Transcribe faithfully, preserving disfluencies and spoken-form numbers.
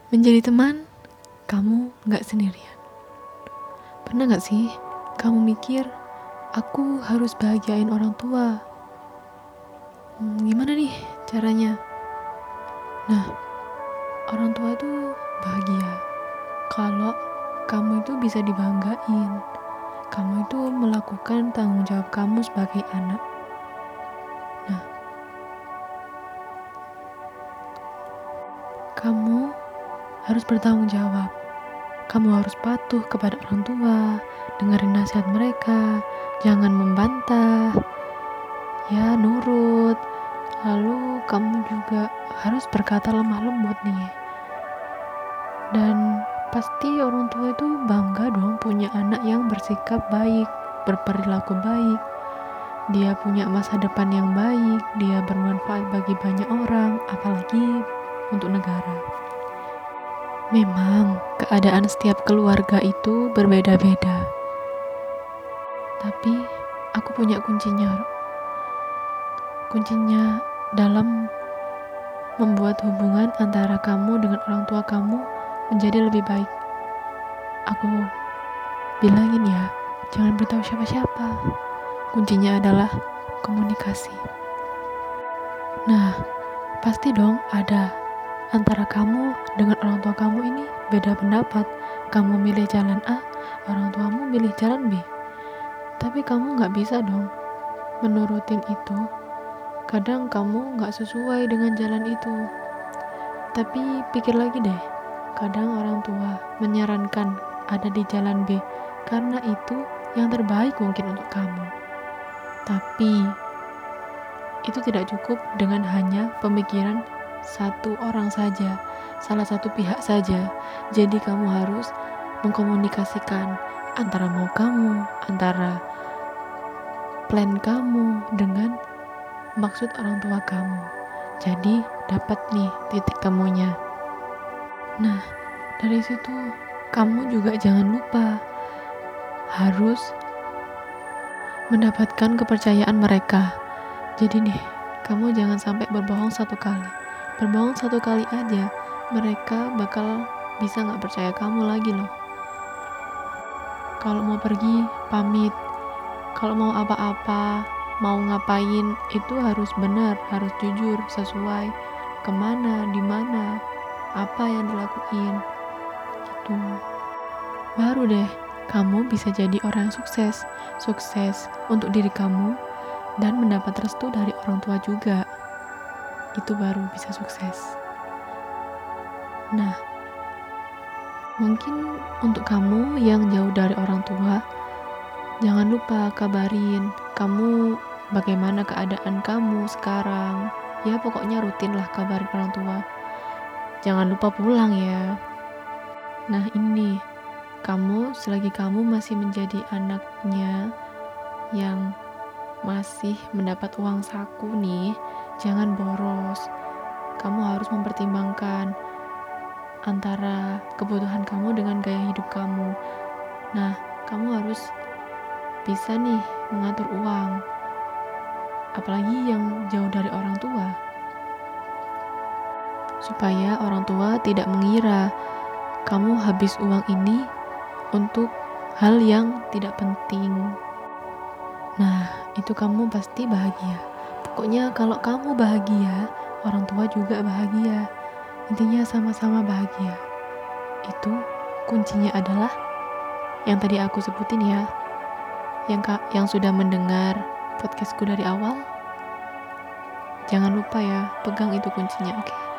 Menjadi teman, kamu gak sendirian. Pernah gak sih kamu mikir, aku harus bahagiain orang tua? Hmm, gimana nih caranya? Nah, orang tua itu bahagia kalau kamu itu bisa dibanggain. Kamu itu melakukan tanggung jawab kamu sebagai anak. Nah, kamu harus bertanggung jawab. Kamu harus patuh kepada orang tua, dengerin nasihat mereka, jangan membantah, ya nurut. Lalu kamu juga harus berkata lemah lembut nih. Dan pasti orang tua itu bangga dong punya anak yang bersikap baik, berperilaku baik. Dia punya masa depan yang baik, dia bermanfaat bagi banyak orang, apalagi untuk negara. Memang keadaan setiap keluarga itu berbeda-beda. Tapi aku punya kuncinya. Kuncinya dalam membuat hubungan antara kamu dengan orang tua kamu menjadi lebih baik. Aku bilangin ya, jangan beritahu siapa-siapa. Kuncinya adalah komunikasi. Nah, pasti dong ada antara kamu dengan orang tua kamu ini beda pendapat. Kamu milih jalan A, orang tuamu milih jalan B. Tapi kamu gak bisa dong menurutin itu. Kadang kamu gak sesuai dengan jalan itu. Tapi pikir lagi deh, kadang orang tua menyarankan ada di jalan B karena itu yang terbaik mungkin untuk kamu. Tapi itu tidak cukup dengan hanya pemikiran satu orang saja, salah satu pihak saja. Jadi kamu harus mengkomunikasikan antara mau kamu, antara plan kamu dengan maksud orang tua kamu. Jadi dapat nih titik temunya. Nah, dari situ kamu juga jangan lupa harus mendapatkan kepercayaan mereka. Jadi nih, kamu jangan sampai berbohong satu kali. Berbohong satu kali aja, mereka bakal bisa gak percaya kamu lagi loh. Kalau mau pergi, pamit. Kalau mau apa-apa, mau ngapain, itu harus benar, harus jujur, sesuai kemana, dimana, apa yang dilakuin. Gitu. Baru deh, kamu bisa jadi orang yang sukses. Sukses untuk diri kamu dan mendapat restu dari orang tua juga. Itu baru bisa sukses. Nah, mungkin untuk kamu yang jauh dari orang tua, jangan lupa kabarin kamu bagaimana keadaan kamu sekarang. Ya pokoknya rutin lah kabarin orang tua. Jangan lupa pulang ya. Nah ini, kamu selagi kamu masih menjadi anaknya yang masih mendapat uang saku nih, jangan boros. Kamu harus mempertimbangkan antara kebutuhan kamu dengan gaya hidup kamu. Nah, kamu harus bisa nih mengatur uang, apalagi yang jauh dari orang tua, supaya orang tua tidak mengira kamu habis uang ini untuk hal yang tidak penting. Nah, itu kamu pasti bahagia. Pokoknya kalau kamu bahagia, orang tua juga bahagia. Intinya sama-sama bahagia. Itu kuncinya adalah yang tadi aku sebutin ya. Yang ka- yang sudah mendengar podcastku dari awal, jangan lupa ya, pegang itu kuncinya, oke? Okay?